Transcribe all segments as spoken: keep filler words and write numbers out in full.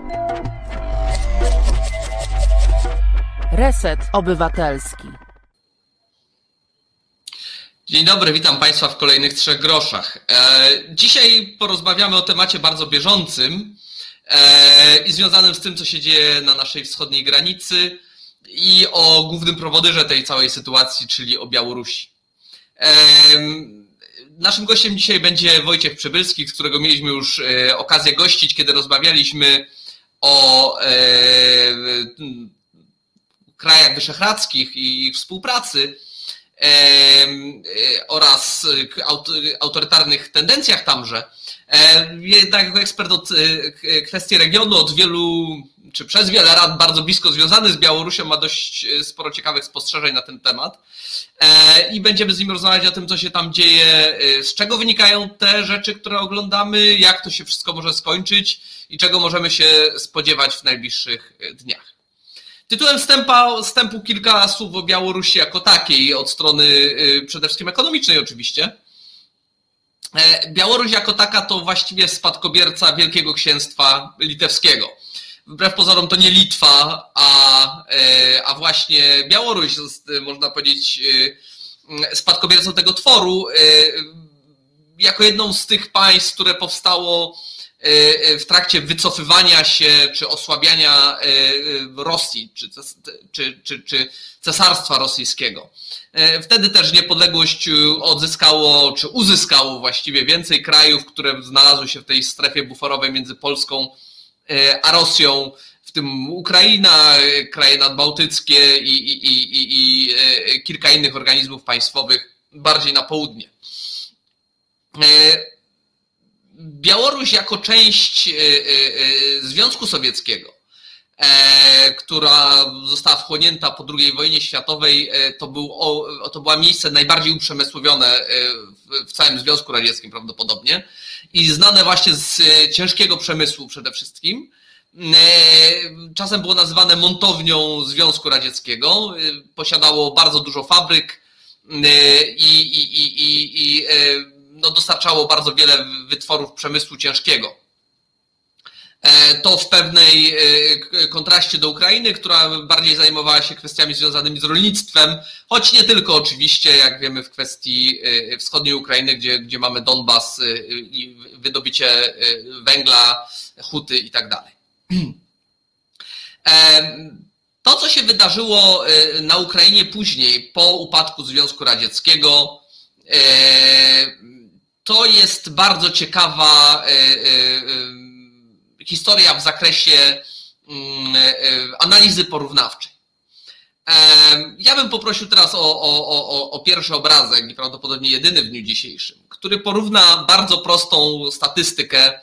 Reset Obywatelski. Dzień dobry, witam Państwa w kolejnych trzech groszach. Dzisiaj porozmawiamy o temacie bardzo bieżącym i związanym z tym, co się dzieje na naszej wschodniej granicy i o głównym prowodyrze tej całej sytuacji, czyli o Białorusi. Naszym gościem dzisiaj będzie Wojciech Przybylski, z którego mieliśmy już okazję gościć, kiedy rozmawialiśmy o krajach wyszehradzkich i ich współpracy oraz autorytarnych tendencjach tamże. Jednak jako ekspert od kwestii regionu od wielu, czy przez wiele lat bardzo blisko związany z Białorusią, ma dość sporo ciekawych spostrzeżeń na ten temat i będziemy z nim rozmawiać o tym, co się tam dzieje, z czego wynikają te rzeczy, które oglądamy, jak to się wszystko może skończyć i czego możemy się spodziewać w najbliższych dniach. Tytułem wstępu, wstępu kilka słów o Białorusi jako takiej, od strony przede wszystkim ekonomicznej oczywiście. Białoruś jako taka to właściwie spadkobierca Wielkiego Księstwa Litewskiego. Wbrew pozorom to nie Litwa, a, a właśnie Białoruś jest, można powiedzieć, spadkobiercą tego tworu, jako jedną z tych państw, które powstało w trakcie wycofywania się czy osłabiania Rosji, czy, czy, czy, czy Cesarstwa Rosyjskiego. Wtedy też niepodległość odzyskało, czy uzyskało właściwie więcej krajów, które znalazły się w tej strefie buforowej między Polską a Rosją, w tym Ukraina, kraje nadbałtyckie i, i, i, i, i kilka innych organizmów państwowych bardziej na południe. Białoruś jako część Związku Sowieckiego, która została wchłonięta po drugiej wojnie światowej, to, był, to była miejsce najbardziej uprzemysłowione w całym Związku Radzieckim prawdopodobnie i znane właśnie z ciężkiego przemysłu przede wszystkim. Czasem było nazywane montownią Związku Radzieckiego, posiadało bardzo dużo fabryk i, i, i, i, i no, dostarczało bardzo wiele wytworów przemysłu ciężkiego. To w pewnej kontraście do Ukrainy, która bardziej zajmowała się kwestiami związanymi z rolnictwem, choć nie tylko oczywiście, jak wiemy, w kwestii wschodniej Ukrainy, gdzie, gdzie mamy Donbas i wydobycie węgla, huty i tak dalej. To, co się wydarzyło na Ukrainie później, po upadku Związku Radzieckiego, to jest bardzo ciekawa historia w zakresie analizy porównawczej. Ja bym poprosił teraz o, o, o, o pierwszy obrazek, i prawdopodobnie jedyny w dniu dzisiejszym, który porówna bardzo prostą statystykę,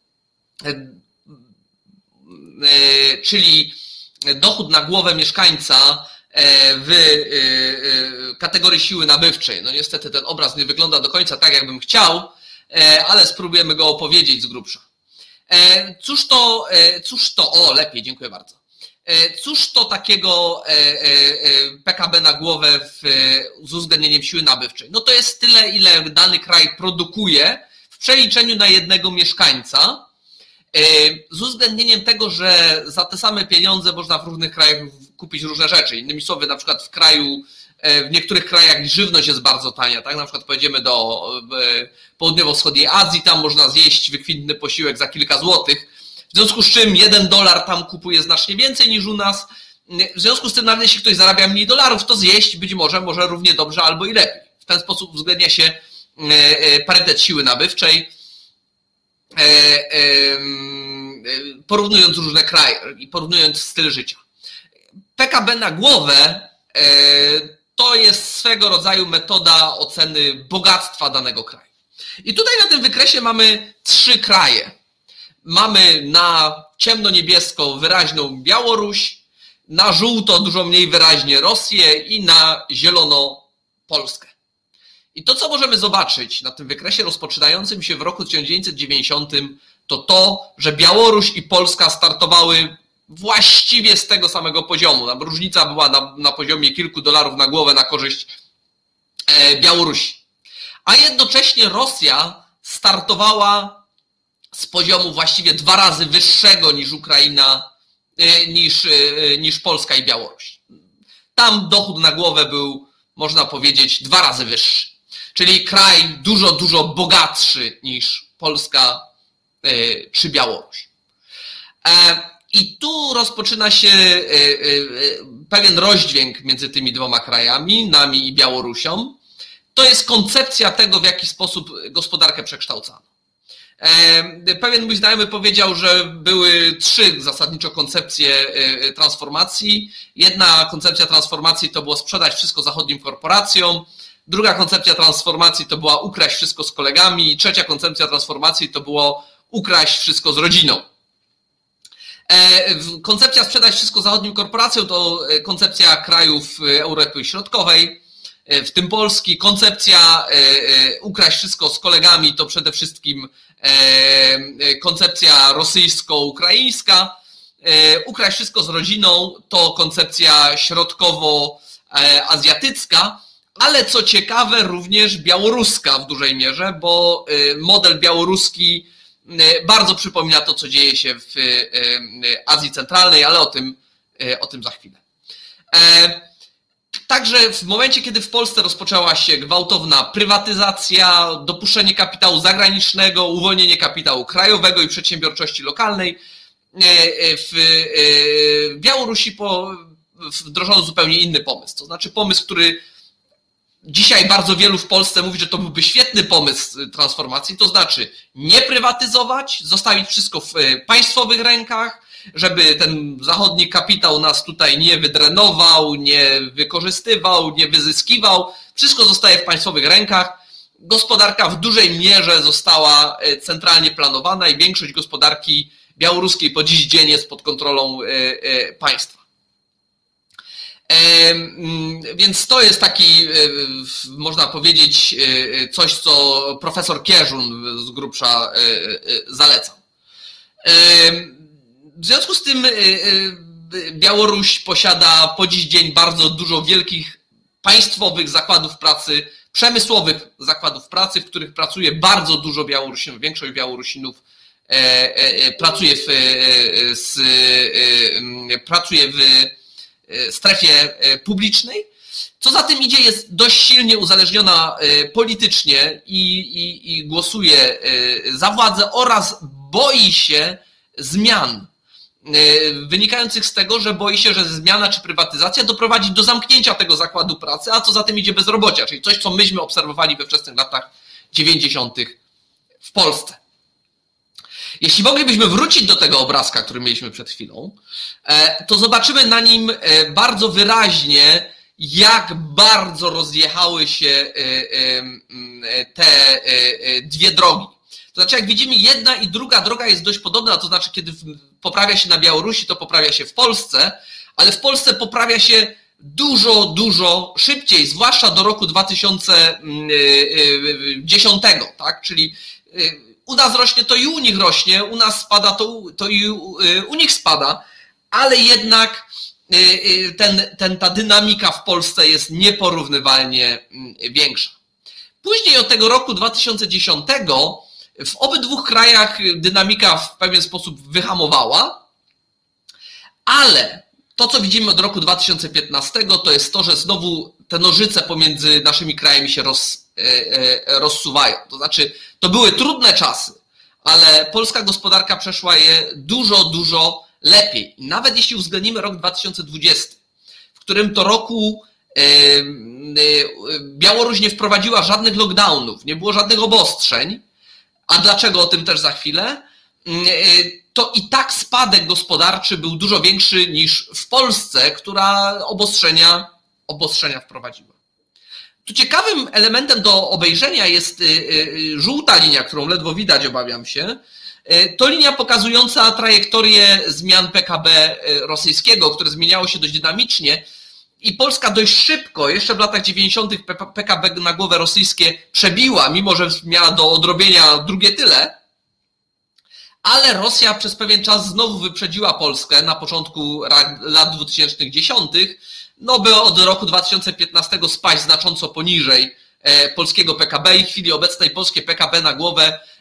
czyli dochód na głowę mieszkańca w kategorii siły nabywczej. No niestety ten obraz nie wygląda do końca tak, jakbym chciał, ale spróbujemy go opowiedzieć z grubsza. Cóż to, cóż to, o lepiej, dziękuję bardzo. Cóż to takiego P K B na głowę w, z uwzględnieniem siły nabywczej? No to jest tyle, ile dany kraj produkuje w przeliczeniu na jednego mieszkańca, z uwzględnieniem tego, że za te same pieniądze można w różnych krajach kupić różne rzeczy. Innymi słowy, na przykład w kraju, w niektórych krajach żywność jest bardzo tania, tak? Na przykład pojedziemy do południowo-wschodniej Azji, tam można zjeść wykwintny posiłek za kilka złotych, w związku z czym jeden dolar tam kupuje znacznie więcej niż u nas. W związku z tym, nawet jeśli ktoś zarabia mniej dolarów, to zjeść być może może równie dobrze albo i lepiej. W ten sposób uwzględnia się parytet siły nabywczej, porównując różne kraje i porównując styl życia. P K B na głowę to jest swego rodzaju metoda oceny bogactwa danego kraju. I tutaj na tym wykresie mamy trzy kraje. Mamy na ciemno-niebiesko wyraźną Białoruś, na żółto dużo mniej wyraźnie Rosję i na zielono Polskę. I to, co możemy zobaczyć na tym wykresie rozpoczynającym się w roku tysiąc dziewięćset dziewięćdziesiątym, to to, że Białoruś i Polska startowały właściwie z tego samego poziomu. Tam różnica była na, na poziomie kilku dolarów na głowę na korzyść Białorusi. A jednocześnie Rosja startowała z poziomu właściwie dwa razy wyższego niż Ukraina, niż, niż Polska i Białoruś. Tam dochód na głowę był, można powiedzieć, dwa razy wyższy. Czyli kraj dużo, dużo bogatszy niż Polska czy Białoruś. I tu rozpoczyna się pewien rozdźwięk między tymi dwoma krajami, nami i Białorusią. To jest koncepcja tego, w jaki sposób gospodarkę przekształcano. Pewien mój znajomy powiedział, że były trzy zasadniczo koncepcje transformacji. Jedna koncepcja transformacji to było sprzedać wszystko zachodnim korporacjom, druga koncepcja transformacji to była ukraść wszystko z kolegami i trzecia koncepcja transformacji to było ukraść wszystko z rodziną. Koncepcja sprzedać wszystko zachodnim korporacjom to koncepcja krajów Europy Środkowej, w tym Polski. Koncepcja ukraść wszystko z kolegami to przede wszystkim koncepcja rosyjsko-ukraińska. Ukraść wszystko z rodziną to koncepcja środkowo-azjatycka, ale co ciekawe również białoruska w dużej mierze, bo model białoruski bardzo przypomina to, co dzieje się w Azji Centralnej, ale o tym, o tym za chwilę. Także w momencie, kiedy w Polsce rozpoczęła się gwałtowna prywatyzacja, dopuszczenie kapitału zagranicznego, uwolnienie kapitału krajowego i przedsiębiorczości lokalnej, w Białorusi wdrożono zupełnie inny pomysł. To znaczy pomysł, który dzisiaj bardzo wielu w Polsce mówi, że to byłby świetny pomysł transformacji, to znaczy nie prywatyzować, zostawić wszystko w państwowych rękach, żeby ten zachodni kapitał nas tutaj nie wydrenował, nie wykorzystywał, nie wyzyskiwał. Wszystko zostaje w państwowych rękach. Gospodarka w dużej mierze została centralnie planowana i większość gospodarki białoruskiej po dziś dzień jest pod kontrolą państwa. Więc to jest taki, można powiedzieć, coś, co profesor Kierzun z grubsza zalecał. W związku z tym Białoruś posiada po dziś dzień bardzo dużo wielkich państwowych zakładów pracy, przemysłowych zakładów pracy, w których pracuje bardzo dużo Białorusinów. Większość Białorusinów pracuje w, pracuje w strefie publicznej. Co za tym idzie, jest dość silnie uzależniona politycznie i, i, i głosuje za władzę oraz boi się zmian wynikających z tego, że boi się, że zmiana czy prywatyzacja doprowadzi do zamknięcia tego zakładu pracy, a co za tym idzie bezrobocia, czyli coś, co myśmy obserwowali we wczesnych latach dziewięćdziesiątych w Polsce. Jeśli moglibyśmy wrócić do tego obrazka, który mieliśmy przed chwilą, to zobaczymy na nim bardzo wyraźnie, jak bardzo rozjechały się te dwie drogi. To znaczy, jak widzimy, jedna i druga droga jest dość podobna, to znaczy, kiedy poprawia się na Białorusi, to poprawia się w Polsce, ale w Polsce poprawia się dużo, dużo szybciej, zwłaszcza do roku dwa tysiące dziesiątego, tak? Czyli u nas rośnie, to i u nich rośnie, u nas spada, to, to i u, u nich spada, ale jednak ten, ten, ta dynamika w Polsce jest nieporównywalnie większa. Później od tego roku dwa tysiące dziesiątego w obydwu krajach dynamika w pewien sposób wyhamowała, ale to, co widzimy od roku dwa tysiące piętnastego, to jest to, że znowu te nożyce pomiędzy naszymi krajami się roz, rozsuwają. To znaczy, to były trudne czasy, ale polska gospodarka przeszła je dużo, dużo lepiej. Nawet jeśli uwzględnimy rok dwa tysiące dwudziesty, w którym to roku Białoruś nie wprowadziła żadnych lockdownów, nie było żadnych obostrzeń, a dlaczego, o tym też za chwilę, to i tak spadek gospodarczy był dużo większy niż w Polsce, która obostrzenia, obostrzenia wprowadziła. Tu ciekawym elementem do obejrzenia jest żółta linia, którą ledwo widać, obawiam się. To linia pokazująca trajektorię zmian P K B rosyjskiego, które zmieniało się dość dynamicznie i Polska dość szybko, jeszcze w latach dziewięćdziesiątych P K B na głowę rosyjskie przebiła, mimo że miała do odrobienia drugie tyle, ale Rosja przez pewien czas znowu wyprzedziła Polskę na początku lat dwutysięcznych dziesiątych, no by od roku dwa tysiące piętnastego spaść znacząco poniżej polskiego P K B i w chwili obecnej polskie P K B na głowę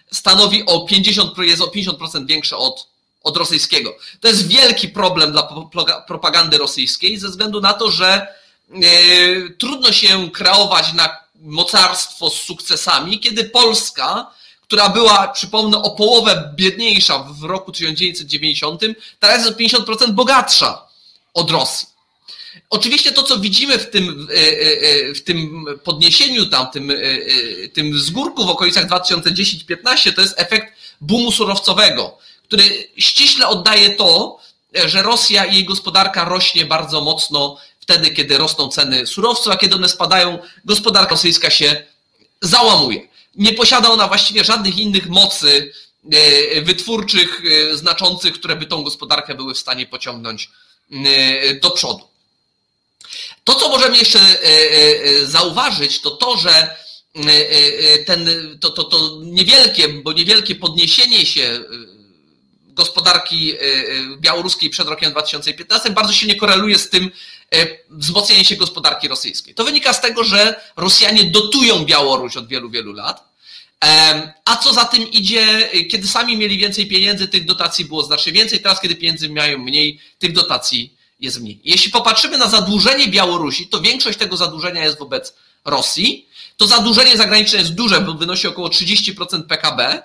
stanowi o pięćdziesiąt, jest o pięćdziesiąt procent większe od, od rosyjskiego. To jest wielki problem dla propagandy rosyjskiej ze względu na to, że yy, trudno się kreować na mocarstwo z sukcesami, kiedy Polska, która była, przypomnę, o połowę biedniejsza w roku tysiąc dziewięćset dziewięćdziesiątym, teraz jest o pięćdziesiąt procent bogatsza od Rosji. Oczywiście to, co widzimy w tym, w tym podniesieniu tam, tym, tym wzgórku w okolicach dwa tysiące dziesiąty do piętnastego, to jest efekt boomu surowcowego, który ściśle oddaje to, że Rosja i jej gospodarka rośnie bardzo mocno wtedy, kiedy rosną ceny surowców, a kiedy one spadają, gospodarka rosyjska się załamuje. Nie posiada ona właściwie żadnych innych mocy wytwórczych znaczących, które by tą gospodarkę były w stanie pociągnąć do przodu. To, co możemy jeszcze zauważyć, to to, że ten, to, to, to niewielkie, bo niewielkie podniesienie się gospodarki białoruskiej przed rokiem dwa tysiące piętnastym bardzo silnie koreluje z tym wzmocnieniem się gospodarki rosyjskiej. To wynika z tego, że Rosjanie dotują Białoruś od wielu, wielu lat, a co za tym idzie, kiedy sami mieli więcej pieniędzy, tych dotacji było znacznie więcej, teraz kiedy pieniędzy mają mniej, tych dotacji jest mniej. Jeśli popatrzymy na zadłużenie Białorusi, to większość tego zadłużenia jest wobec Rosji. To zadłużenie zagraniczne jest duże, bo wynosi około trzydzieści procent P K B,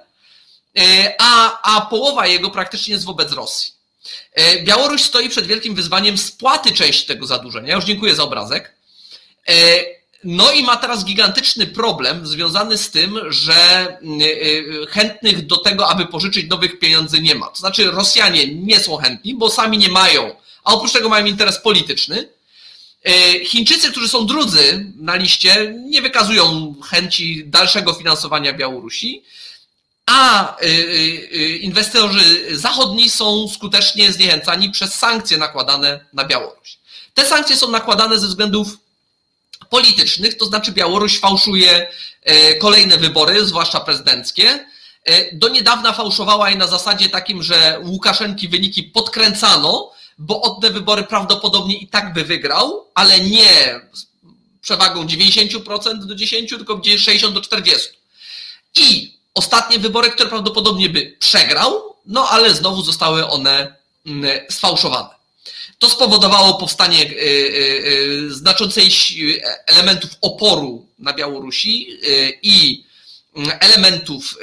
a, a połowa jego praktycznie jest wobec Rosji. Białoruś stoi przed wielkim wyzwaniem spłaty części tego zadłużenia. Ja już dziękuję za obrazek. No i ma teraz gigantyczny problem związany z tym, że chętnych do tego, aby pożyczyć nowych pieniędzy nie ma. To znaczy Rosjanie nie są chętni, bo sami nie mają, a oprócz tego mają interes polityczny. Chińczycy, którzy są drudzy na liście, nie wykazują chęci dalszego finansowania Białorusi, a inwestorzy zachodni są skutecznie zniechęcani przez sankcje nakładane na Białoruś. Te sankcje są nakładane ze względów politycznych, to znaczy Białoruś fałszuje kolejne wybory, zwłaszcza prezydenckie. Do niedawna fałszowała je na zasadzie takim, że Łukaszenki wyniki podkręcano, bo od te wybory prawdopodobnie i tak by wygrał, ale nie przewagą dziewięćdziesiąt procent do dziesięciu, tylko gdzieś sześćdziesiąt do czterdziestu. I ostatnie wybory, które prawdopodobnie by przegrał, no ale znowu zostały one sfałszowane. To spowodowało powstanie znaczącej elementów oporu na Białorusi i elementów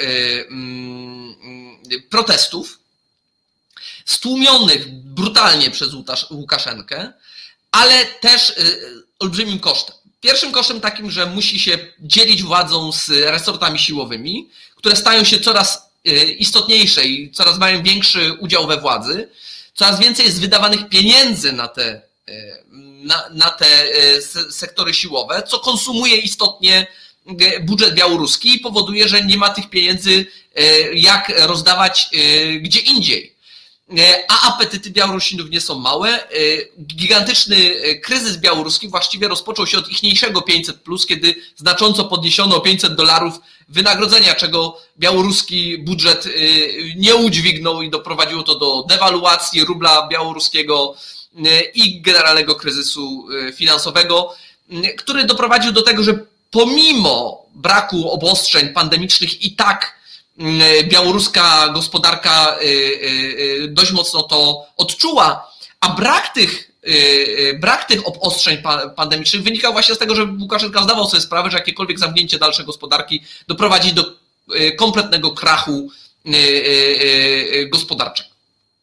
protestów, stłumionych brutalnie przez Łukaszenkę, ale też olbrzymim kosztem. Pierwszym kosztem takim, że musi się dzielić władzą z resortami siłowymi, które stają się coraz istotniejsze i coraz mają większy udział we władzy. Coraz więcej jest wydawanych pieniędzy na te, na, na te sektory siłowe, co konsumuje istotnie budżet białoruski i powoduje, że nie ma tych pieniędzy jak rozdawać gdzie indziej. A apetyty Białorusinów nie są małe. Gigantyczny kryzys białoruski właściwie rozpoczął się od ichniejszego pięćset plus, kiedy znacząco podniesiono o pięćset dolarów wynagrodzenia, czego białoruski budżet nie udźwignął i doprowadziło to do dewaluacji rubla białoruskiego i generalnego kryzysu finansowego, który doprowadził do tego, że pomimo braku obostrzeń pandemicznych i tak białoruska gospodarka dość mocno to odczuła, a brak tych, brak tych obostrzeń pandemicznych wynikał właśnie z tego, że Łukaszenka zdawał sobie sprawę, że jakiekolwiek zamknięcie dalsze gospodarki doprowadzi do kompletnego krachu gospodarczego.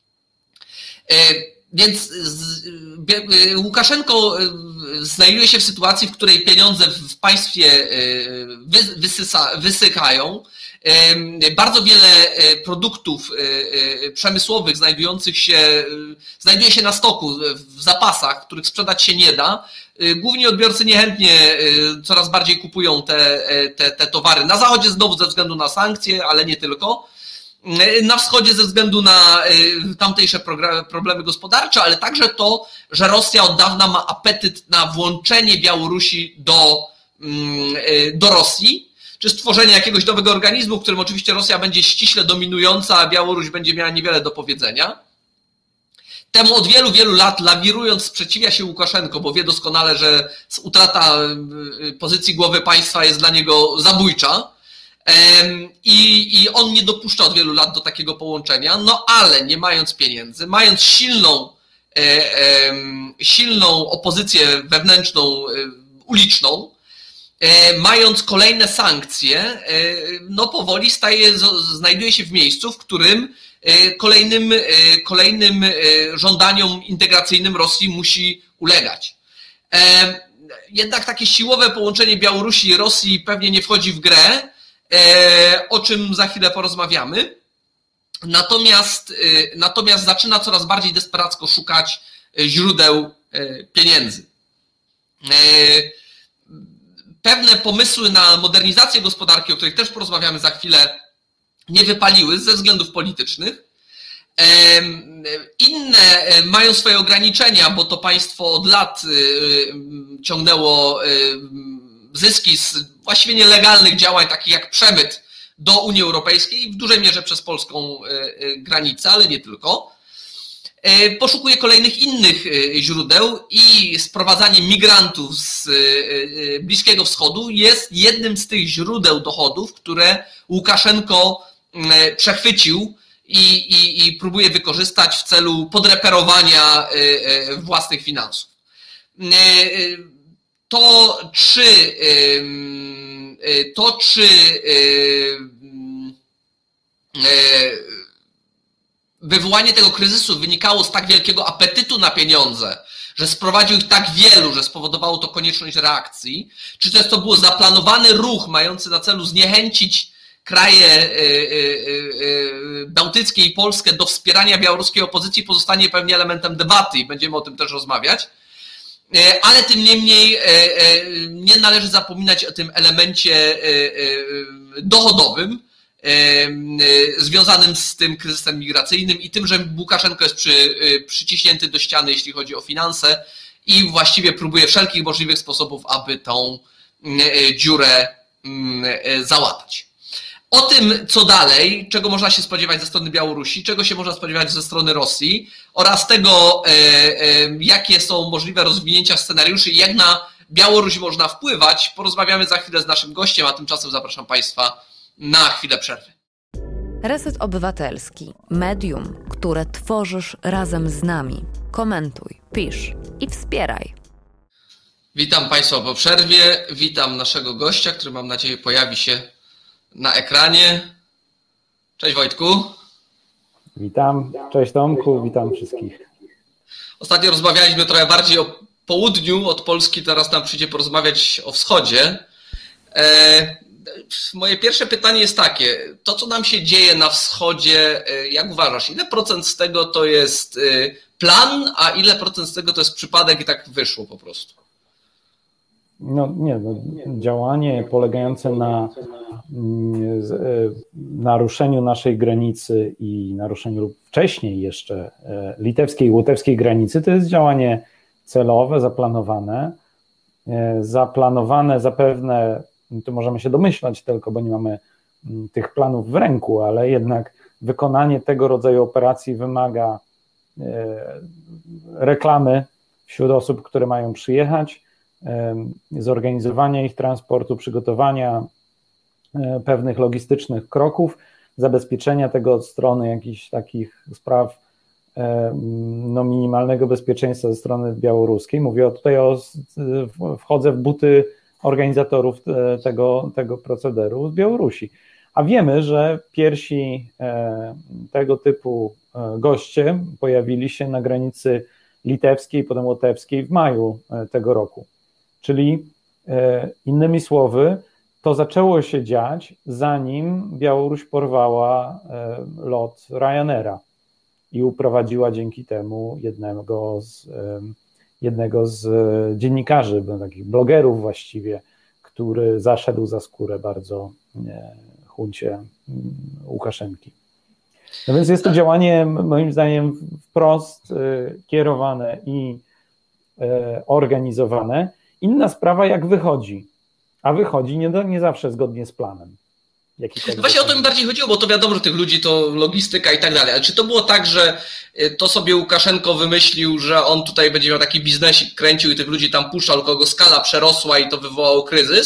Więc Łukaszenko znajduje się w sytuacji, w której pieniądze w państwie wysysa, wysychają. Bardzo wiele produktów przemysłowych znajdujących się, znajduje się na stoku, w zapasach, których sprzedać się nie da. Główni odbiorcy niechętnie coraz bardziej kupują te, te, te towary. Na zachodzie znowu ze względu na sankcje, ale nie tylko. Na wschodzie ze względu na tamtejsze problemy gospodarcze, ale także to, że Rosja od dawna ma apetyt na włączenie Białorusi do, do Rosji, czy stworzenie jakiegoś nowego organizmu, w którym oczywiście Rosja będzie ściśle dominująca, a Białoruś będzie miała niewiele do powiedzenia. Temu od wielu, wielu lat lawirując sprzeciwia się Łukaszenko, bo wie doskonale, że utrata pozycji głowy państwa jest dla niego zabójcza. I, I on nie dopuszcza od wielu lat do takiego połączenia, no ale nie mając pieniędzy, mając silną, silną opozycję wewnętrzną, uliczną, mając kolejne sankcje, no powoli staje, znajduje się w miejscu, w którym kolejnym, kolejnym żądaniom integracyjnym Rosji musi ulegać. Jednak takie siłowe połączenie Białorusi i Rosji pewnie nie wchodzi w grę, o czym za chwilę porozmawiamy. Natomiast, natomiast zaczyna coraz bardziej desperacko szukać źródeł pieniędzy. Pewne pomysły na modernizację gospodarki, o których też porozmawiamy za chwilę, nie wypaliły ze względów politycznych. Inne mają swoje ograniczenia, bo to państwo od lat ciągnęło zyski z właściwie nielegalnych działań, takich jak przemyt do Unii Europejskiej, w dużej mierze przez polską granicę, ale nie tylko. Poszukuje kolejnych innych źródeł i sprowadzanie migrantów z Bliskiego Wschodu jest jednym z tych źródeł dochodów, które Łukaszenko przechwycił i, i, i próbuje wykorzystać w celu podreperowania własnych finansów. To czy, to czy wywołanie tego kryzysu wynikało z tak wielkiego apetytu na pieniądze, że sprowadził ich tak wielu, że spowodowało to konieczność reakcji, czy też to był zaplanowany ruch mający na celu zniechęcić kraje bałtyckie i Polskę do wspierania białoruskiej opozycji, pozostanie pewnie elementem debaty i będziemy o tym też rozmawiać. Ale tym niemniej nie należy zapominać o tym elemencie dochodowym związanym z tym kryzysem migracyjnym i tym, że Łukaszenko jest przy, przyciśnięty do ściany, jeśli chodzi o finanse i właściwie próbuje wszelkich możliwych sposobów, aby tą dziurę załatać. O tym, co dalej, czego można się spodziewać ze strony Białorusi, czego się można spodziewać ze strony Rosji oraz tego, jakie są możliwe rozwinięcia scenariuszy i jak na Białoruś można wpływać, porozmawiamy za chwilę z naszym gościem, a tymczasem zapraszam Państwa na chwilę przerwy. Reset Obywatelski. Medium, które tworzysz razem z nami. Komentuj, pisz i wspieraj. Witam Państwa po przerwie. Witam naszego gościa, który mam nadzieję pojawi się na ekranie. Cześć Wojtku. Witam. Cześć Tomku. Witam wszystkich. Ostatnio rozmawialiśmy trochę bardziej o południu od Polski, teraz nam przyjdzie porozmawiać o wschodzie. Moje pierwsze pytanie jest takie, to co nam się dzieje na wschodzie, jak uważasz, ile procent z tego to jest plan, a ile procent z tego to jest przypadek i tak wyszło po prostu? No nie, no, działanie polegające na naruszeniu naszej granicy i naruszeniu lub wcześniej jeszcze litewskiej i łotewskiej granicy to jest działanie celowe, zaplanowane, zaplanowane zapewne, to możemy się domyślać tylko, bo nie mamy tych planów w ręku, ale jednak wykonanie tego rodzaju operacji wymaga reklamy wśród osób, które mają przyjechać, zorganizowania ich transportu, przygotowania pewnych logistycznych kroków, zabezpieczenia tego od strony jakichś takich spraw no, minimalnego bezpieczeństwa ze strony białoruskiej. Mówię tutaj o, wchodzę w buty organizatorów tego, tego procederu z Białorusi. A wiemy, że pierwsi tego typu goście pojawili się na granicy litewskiej, potem łotewskiej w maju tego roku. Czyli innymi słowy, to zaczęło się dziać, zanim Białoruś porwała lot Ryanaira i uprowadziła dzięki temu jednego z, jednego z dziennikarzy, takich blogerów właściwie, który zaszedł za skórę bardzo huncie Łukaszenki. No więc jest to działanie moim zdaniem wprost kierowane i organizowane. Inna sprawa, jak wychodzi, a wychodzi nie, nie zawsze zgodnie z planem. Właśnie o to mi bardziej chodziło, bo to wiadomo, że tych ludzi to logistyka i tak dalej, ale czy to było tak, że to sobie Łukaszenko wymyślił, że on tutaj będzie miał taki biznesik, kręcił i tych ludzi tam puszczał, kogo skala przerosła i to wywołało kryzys,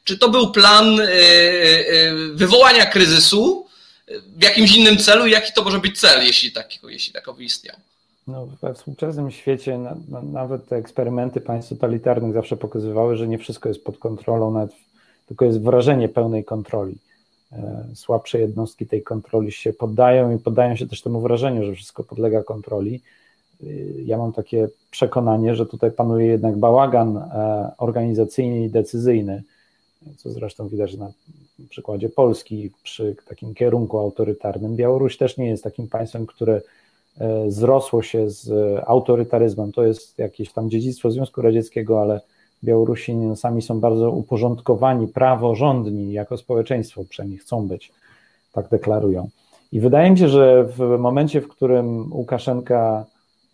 Czy to był plan wywołania kryzysu w jakimś innym celu i jaki to może być cel, jeśli takiego, jeśli takowy istniał? No, we współczesnym świecie na, na, nawet te eksperymenty państw totalitarnych zawsze pokazywały, że nie wszystko jest pod kontrolą, nawet tylko jest wrażenie pełnej kontroli. E, słabsze jednostki tej kontroli się poddają i poddają się też temu wrażeniu, że wszystko podlega kontroli. E, ja mam takie przekonanie, że tutaj panuje jednak bałagan e, organizacyjny i decyzyjny, co zresztą widać na przykładzie Polski przy takim kierunku autorytarnym. Białoruś też nie jest takim państwem, które zrosło się z autorytaryzmem. To jest jakieś tam dziedzictwo Związku Radzieckiego, ale Białorusini sami są bardzo uporządkowani, praworządni jako społeczeństwo, przynajmniej chcą być, tak deklarują. I wydaje mi się, że w momencie, w którym Łukaszenka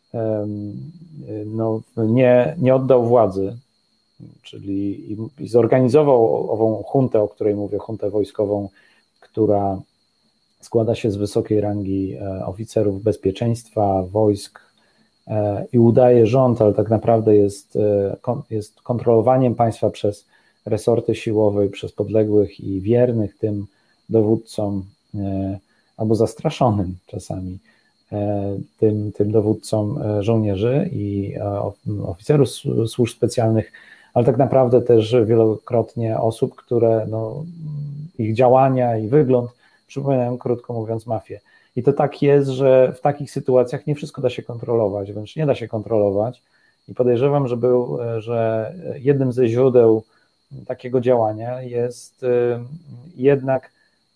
no, nie, nie oddał władzy, czyli i, i zorganizował ową juntę, o której mówię, juntę wojskową, która składa się z wysokiej rangi oficerów bezpieczeństwa, wojsk i udaje rząd, ale tak naprawdę jest, jest kontrolowaniem państwa przez resorty siłowe, przez podległych i wiernych tym dowódcom, albo zastraszonym czasami tym, tym dowódcom żołnierzy i oficerów służb specjalnych, ale tak naprawdę też wielokrotnie osób, które no, ich działania i wygląd przypominają, krótko mówiąc, mafię. I to tak jest, że w takich sytuacjach nie wszystko da się kontrolować, wręcz nie da się kontrolować. I podejrzewam, że, był, że jednym ze źródeł takiego działania jest jednak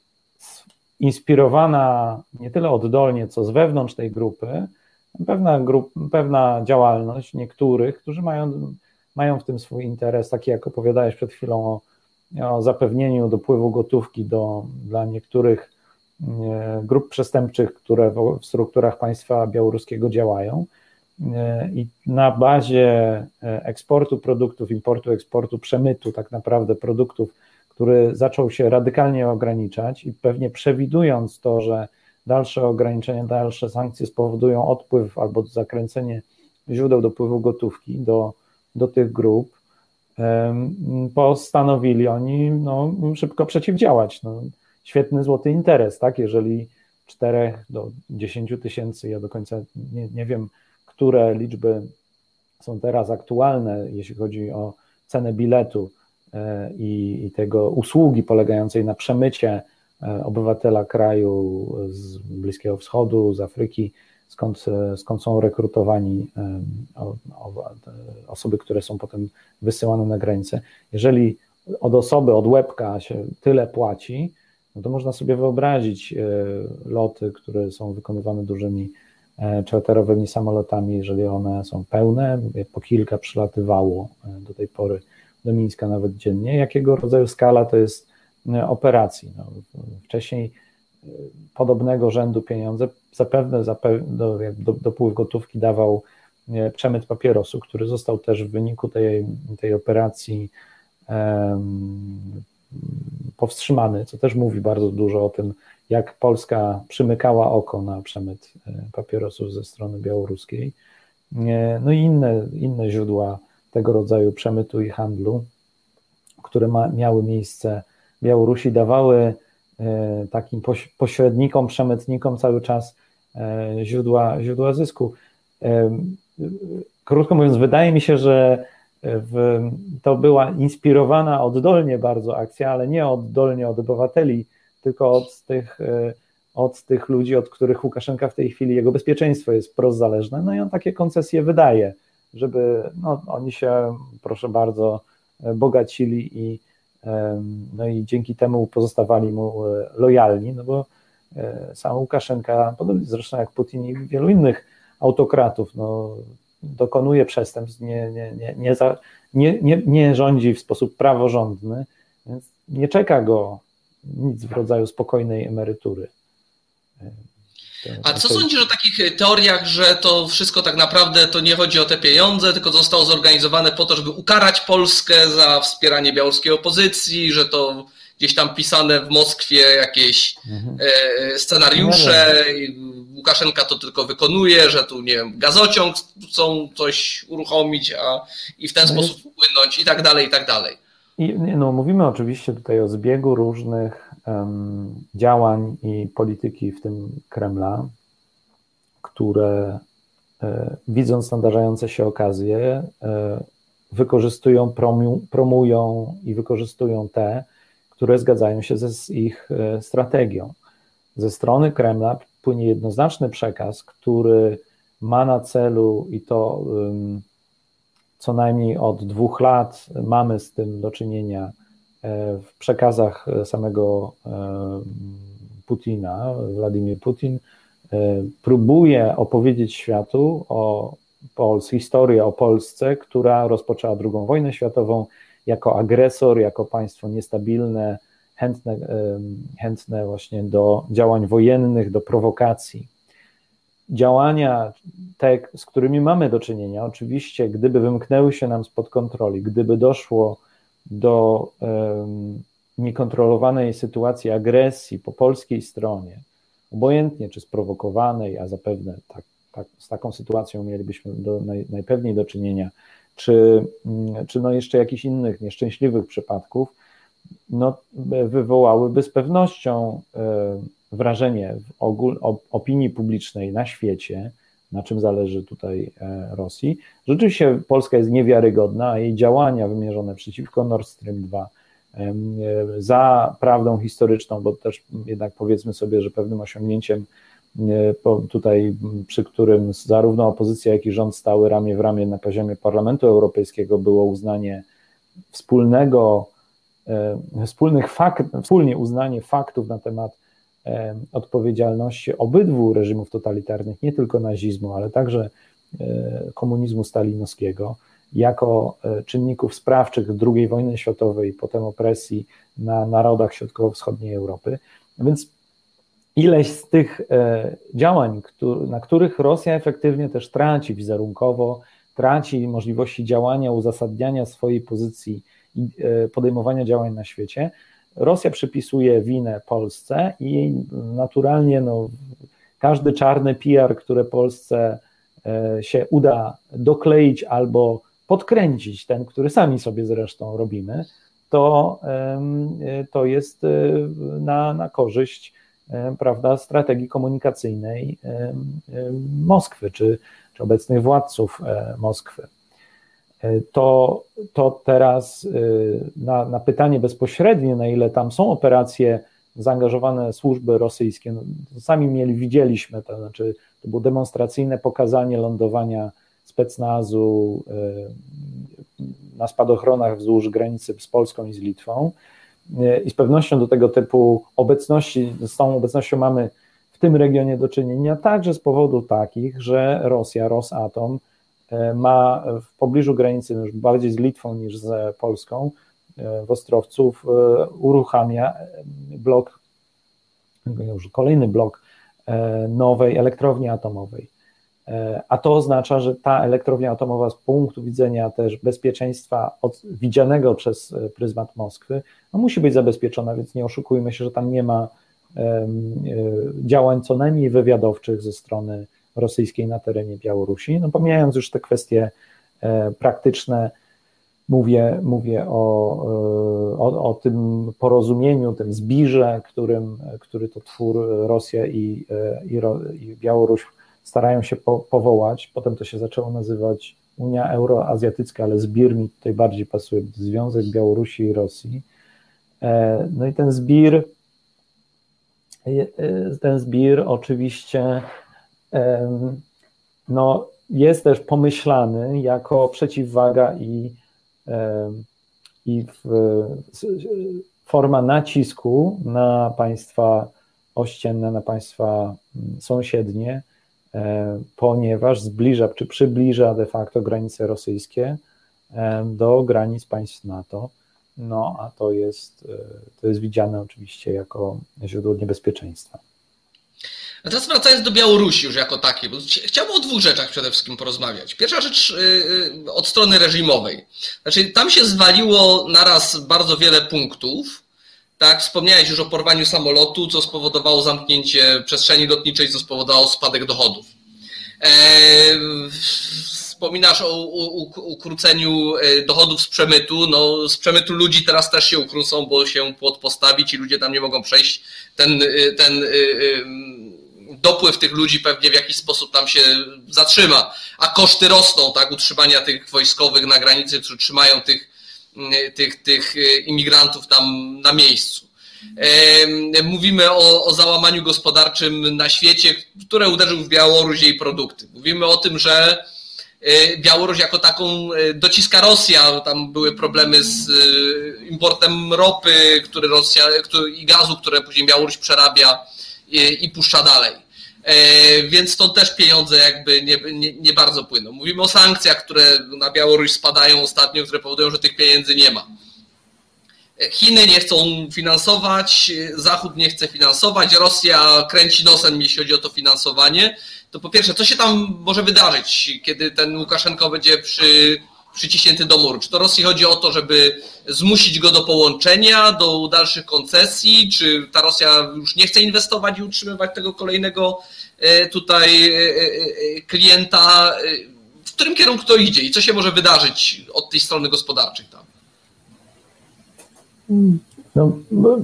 inspirowana nie tyle oddolnie, co z wewnątrz tej grupy, pewna, grup, pewna działalność niektórych, którzy mają, mają w tym swój interes, taki jak opowiadałeś przed chwilą o o zapewnieniu dopływu gotówki do, dla niektórych grup przestępczych, które w, w strukturach państwa białoruskiego działają i na bazie eksportu produktów, importu, eksportu, przemytu tak naprawdę produktów, który zaczął się radykalnie ograniczać i pewnie przewidując to, że dalsze ograniczenia, dalsze sankcje spowodują odpływ albo zakręcenie źródeł dopływu gotówki do, do tych grup, postanowili oni no, szybko przeciwdziałać. No, świetny złoty interes, tak? Jeżeli czterech do dziesięciu tysięcy, ja do końca nie, nie wiem, które liczby są teraz aktualne, jeśli chodzi o cenę biletu i, i tego usługi polegającej na przemycie obywatela kraju z Bliskiego Wschodu, z Afryki, skąd, skąd są rekrutowani osoby, które są potem wysyłane na granicę. Jeżeli od osoby, od łebka się tyle płaci, no to można sobie wyobrazić loty, które są wykonywane dużymi czarterowymi samolotami, jeżeli one są pełne, po kilka przylatywało do tej pory do Mińska nawet dziennie, jakiego rodzaju skala to jest operacji. No, wcześniej podobnego rzędu pieniądze zapewne do, do, dopływ gotówki dawał przemyt papierosu, który został też w wyniku tej, tej operacji um, powstrzymany, co też mówi bardzo dużo o tym, jak Polska przymykała oko na przemyt papierosów ze strony białoruskiej. No i inne, inne źródła tego rodzaju przemytu i handlu, które ma, miały miejsce w Białorusi, dawały takim pośrednikom, przemytnikom cały czas źródła, źródła zysku. Krótko mówiąc, wydaje mi się, że w, to była inspirowana oddolnie bardzo akcja, ale nie oddolnie od obywateli, tylko od tych, od tych ludzi, od których Łukaszenka w tej chwili, jego bezpieczeństwo jest prozzależne, no i on takie koncesje wydaje, żeby no, oni się, proszę bardzo, bogacili i no i dzięki temu pozostawali mu lojalni, no bo sam Łukaszenka, podobnie zresztą jak Putin i wielu innych autokratów, no, dokonuje przestępstw, nie, nie, nie, nie, za, nie, nie, nie rządzi w sposób praworządny, więc nie czeka go nic w rodzaju spokojnej emerytury. A co sądzisz o takich teoriach, że to wszystko tak naprawdę to nie chodzi o te pieniądze, tylko zostało zorganizowane po to, żeby ukarać Polskę za wspieranie białoruskiej opozycji, że to gdzieś tam pisane w Moskwie jakieś mhm. scenariusze, Łukaszenka to tylko wykonuje, że tu nie wiem, gazociąg chcą coś uruchomić, a i w ten no sposób jest... wpłynąć i tak dalej, i tak dalej. I, no, mówimy oczywiście tutaj o zbiegu różnych um, działań i polityki, w tym Kremla, które e, widząc nadarzające się okazje, e, wykorzystują, promu, promują i wykorzystują te, które zgadzają się ze, z ich e, strategią. Ze strony Kremla płynie jednoznaczny przekaz, który ma na celu, i to um, co najmniej od dwóch lat mamy z tym do czynienia w przekazach samego Putina. Władimir Putin próbuje opowiedzieć światu o Polsce, historię o Polsce, która rozpoczęła drugą wojnę światową jako agresor, jako państwo niestabilne, chętne, chętne właśnie do działań wojennych, do prowokacji. Działania te, z którymi mamy do czynienia, oczywiście, gdyby wymknęły się nam spod kontroli, gdyby doszło do um, niekontrolowanej sytuacji agresji po polskiej stronie, obojętnie czy sprowokowanej, a zapewne tak, tak, z taką sytuacją mielibyśmy do, naj, najpewniej do czynienia, czy, czy no jeszcze jakichś innych nieszczęśliwych przypadków, no, wywołałyby z pewnością um, wrażenie w ogól, opinii publicznej na świecie, na czym zależy tutaj Rosji. Rzeczywiście Polska jest niewiarygodna, a jej działania wymierzone przeciwko Nord Stream dwa, za prawdą historyczną, bo też jednak powiedzmy sobie, że pewnym osiągnięciem tutaj, przy którym zarówno opozycja, jak i rząd stały ramię w ramię na poziomie Parlamentu Europejskiego, było uznanie wspólnego, wspólnych fakt, wspólnie uznanie faktów na temat odpowiedzialności obydwu reżimów totalitarnych, nie tylko nazizmu, ale także komunizmu stalinowskiego, jako czynników sprawczych drugiej wojny światowej i potem opresji na narodach środkowo-wschodniej Europy. Więc ileś z tych działań, na których Rosja efektywnie też traci wizerunkowo, traci możliwości działania, uzasadniania swojej pozycji i podejmowania działań na świecie, Rosja przypisuje winę Polsce i naturalnie no, każdy czarny P R, które Polsce się uda dokleić albo podkręcić, ten, który sami sobie zresztą robimy, to, to jest na, na korzyść, prawda, strategii komunikacyjnej Moskwy czy, czy obecnych władców Moskwy. To, to teraz na, na pytanie bezpośrednie, na ile tam są operacje zaangażowane służby rosyjskie, no, sami mieli, widzieliśmy, to znaczy to było demonstracyjne pokazanie lądowania specnazu na spadochronach wzdłuż granicy z Polską i z Litwą i z pewnością do tego typu obecności, z tą obecnością mamy w tym regionie do czynienia także z powodów takich, że Rosja, Rosatom ma w pobliżu granicy, już bardziej z Litwą niż z Polską, w Ostrowców uruchamia blok, już kolejny blok nowej elektrowni atomowej. A to oznacza, że ta elektrownia atomowa z punktu widzenia też bezpieczeństwa od, widzianego przez pryzmat Moskwy, no musi być zabezpieczona, więc nie oszukujmy się, że tam nie ma um, działań co najmniej wywiadowczych ze strony rosyjskiej na terenie Białorusi. No pomijając już te kwestie e, praktyczne, mówię, mówię o, o, o tym porozumieniu, tym zbirze, którym, który to twór Rosja i, i, i Białoruś starają się po, powołać. Potem to się zaczęło nazywać Unia Euroazjatycka, ale zbir mi tutaj bardziej pasuje, Związek Białorusi i Rosji. E, no i ten zbir, ten zbir oczywiście no, jest też pomyślany jako przeciwwaga i, i w, forma nacisku na państwa ościenne, na państwa sąsiednie, ponieważ zbliża czy przybliża de facto granice rosyjskie do granic państw NATO. No a to jest, to jest widziane oczywiście jako źródło niebezpieczeństwa. A teraz wracając do Białorusi już jako takiej, bo chciałbym o dwóch rzeczach przede wszystkim porozmawiać. Pierwsza rzecz yy, od strony reżimowej. Znaczy tam się zwaliło naraz bardzo wiele punktów. Tak, wspomniałeś już o porwaniu samolotu, co spowodowało zamknięcie przestrzeni lotniczej, co spowodowało spadek dochodów. Eee, wspominasz o ukróceniu dochodów z przemytu. No, z przemytu ludzi teraz też się ukrócą, bo się płot postawić i ludzie tam nie mogą przejść. Ten, ten dopływ tych ludzi pewnie w jakiś sposób tam się zatrzyma, a koszty rosną, tak, utrzymania tych wojskowych na granicy, którzy trzymają tych, tych, tych imigrantów tam na miejscu. Mówimy o, o załamaniu gospodarczym na świecie, które uderzył w Białoruś i jej produkty. Mówimy o tym, że Białoruś jako taką dociska Rosja, tam były problemy z importem ropy, który Rosja, i gazu, które później Białoruś przerabia i, i puszcza dalej. Więc to też pieniądze jakby nie, nie, nie bardzo płyną. Mówimy o sankcjach, które na Białoruś spadają ostatnio, które powodują, że tych pieniędzy nie ma. Chiny nie chcą finansować, Zachód nie chce finansować, Rosja kręci nosem, jeśli chodzi o to finansowanie. To po pierwsze, co się tam może wydarzyć, kiedy ten Łukaszenko będzie przy, przyciśnięty do muru? Czy to Rosji chodzi o to, żeby zmusić go do połączenia, do dalszych koncesji? Czy ta Rosja już nie chce inwestować i utrzymywać tego kolejnego tutaj klienta? W którym kierunku to idzie i co się może wydarzyć od tej strony gospodarczej tam? No,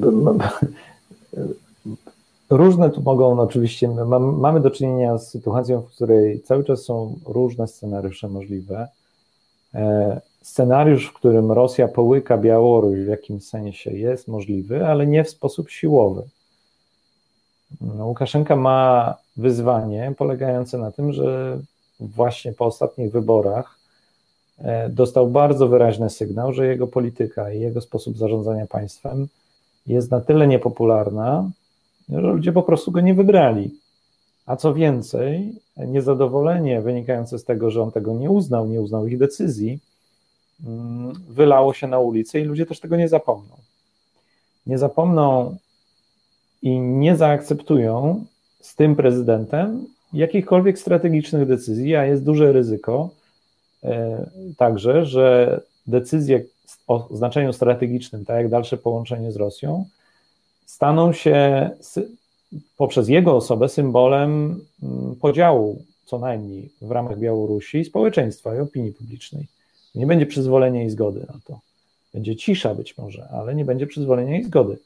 różne tu mogą, no oczywiście, mamy do czynienia z sytuacją, w której cały czas są różne scenariusze możliwe. Scenariusz, w którym Rosja połyka Białoruś w jakimś sensie jest możliwy, ale nie w sposób siłowy. No, Łukaszenka ma wyzwanie polegające na tym, że właśnie po ostatnich wyborach dostał bardzo wyraźny sygnał, że jego polityka i jego sposób zarządzania państwem jest na tyle niepopularna, że ludzie po prostu go nie wybrali. A co więcej, niezadowolenie wynikające z tego, że on tego nie uznał, nie uznał ich decyzji, wylało się na ulicę i ludzie też tego nie zapomną. Nie zapomną i nie zaakceptują z tym prezydentem jakichkolwiek strategicznych decyzji, a jest duże ryzyko także, że decyzje o znaczeniu strategicznym, tak jak dalsze połączenie z Rosją, staną się poprzez jego osobę symbolem podziału, co najmniej w ramach Białorusi, społeczeństwa i opinii publicznej. Nie będzie przyzwolenia i zgody na to. Będzie cisza być może, ale nie będzie przyzwolenia i zgody.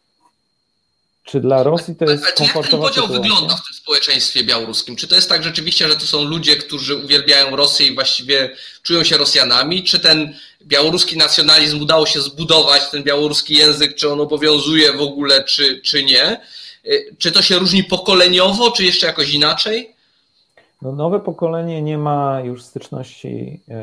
Czy dla Rosji to jest komfortowa sytuacja? Jak ten podział sytuacja? wygląda w tym społeczeństwie białoruskim? Czy to jest tak rzeczywiście, że to są ludzie, którzy uwielbiają Rosję i właściwie czują się Rosjanami? Czy ten białoruski nacjonalizm udało się zbudować, ten białoruski język, czy on obowiązuje w ogóle, czy, czy nie? Czy to się różni pokoleniowo, czy jeszcze jakoś inaczej? No, nowe pokolenie nie ma już styczności yy,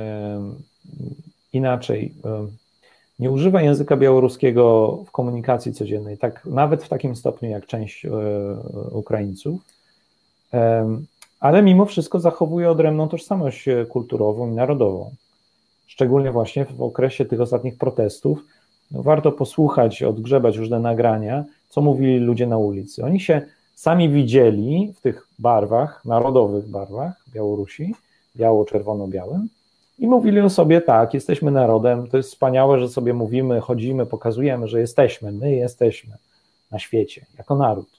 inaczej. Yy. Nie używa języka białoruskiego w komunikacji codziennej, tak, nawet w takim stopniu jak część e, Ukraińców, e, ale mimo wszystko zachowuje odrębną tożsamość kulturową i narodową. Szczególnie właśnie w okresie tych ostatnich protestów. No, warto posłuchać, odgrzebać różne nagrania, co mówili ludzie na ulicy. Oni się sami widzieli w tych barwach, narodowych barwach Białorusi, biało-czerwono-białym, i mówili o sobie tak, jesteśmy narodem, to jest wspaniałe, że sobie mówimy, chodzimy, pokazujemy, że jesteśmy, my jesteśmy na świecie, jako naród.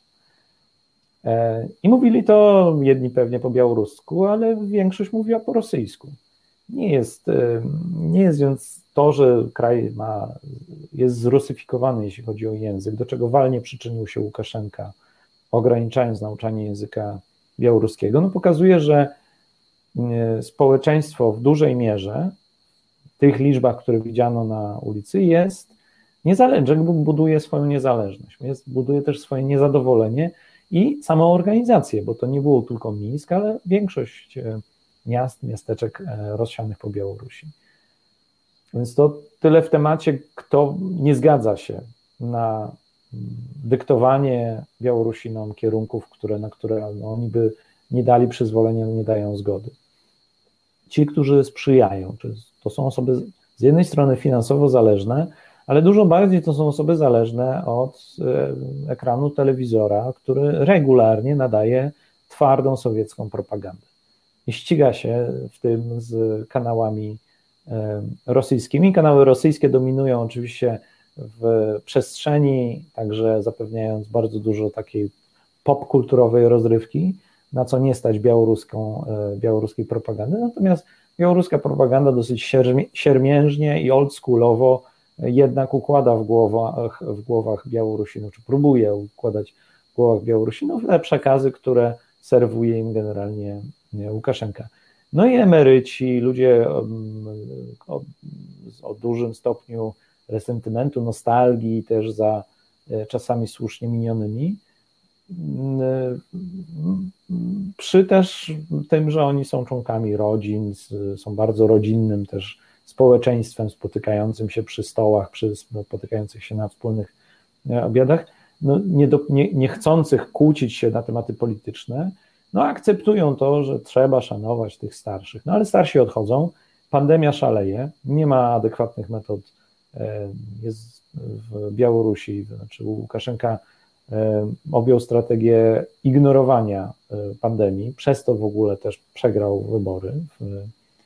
I mówili to jedni pewnie po białorusku, ale większość mówiła po rosyjsku. Nie jest, nie jest więc to, że kraj ma, jest zrusyfikowany, jeśli chodzi o język, do czego walnie przyczynił się Łukaszenka, ograniczając nauczanie języka białoruskiego, no pokazuje, że społeczeństwo w dużej mierze, w tych liczbach, które widziano na ulicy, jest niezależne, buduje swoją niezależność, jest, buduje też swoje niezadowolenie i samą organizację, bo to nie było tylko Mińsk, ale większość miast, miasteczek rozsianych po Białorusi. Więc to tyle w temacie, kto nie zgadza się na dyktowanie Białorusinom kierunków, które, na które no, oni by nie dali przyzwolenia, nie dają zgody. Ci, którzy sprzyjają, to są osoby z jednej strony finansowo zależne, ale dużo bardziej to są osoby zależne od ekranu telewizora, który regularnie nadaje twardą sowiecką propagandę. I ściga się w tym z kanałami rosyjskimi. Kanały rosyjskie dominują oczywiście w przestrzeni, także zapewniając bardzo dużo takiej popkulturowej rozrywki, na co nie stać białoruską, białoruskiej propagandy. Natomiast białoruska propaganda dosyć siermiężnie i oldschoolowo jednak układa w głowach, w głowach Białorusinów, czy próbuje układać w głowach Białorusinów te przekazy, które serwuje im generalnie Łukaszenka. No i emeryci, ludzie o, o, o dużym stopniu resentymentu, nostalgii też za czasami słusznie minionymi, przy też tym, że oni są członkami rodzin, są bardzo rodzinnym też społeczeństwem spotykającym się przy stołach, przy spotykających się na wspólnych obiadach, no nie, do, nie, nie chcących kłócić się na tematy polityczne, no akceptują to, że trzeba szanować tych starszych. No ale starsi odchodzą, pandemia szaleje, nie ma adekwatnych metod, jest w Białorusi, znaczy Łukaszenka objął strategię ignorowania pandemii, przez to w ogóle też przegrał wybory w,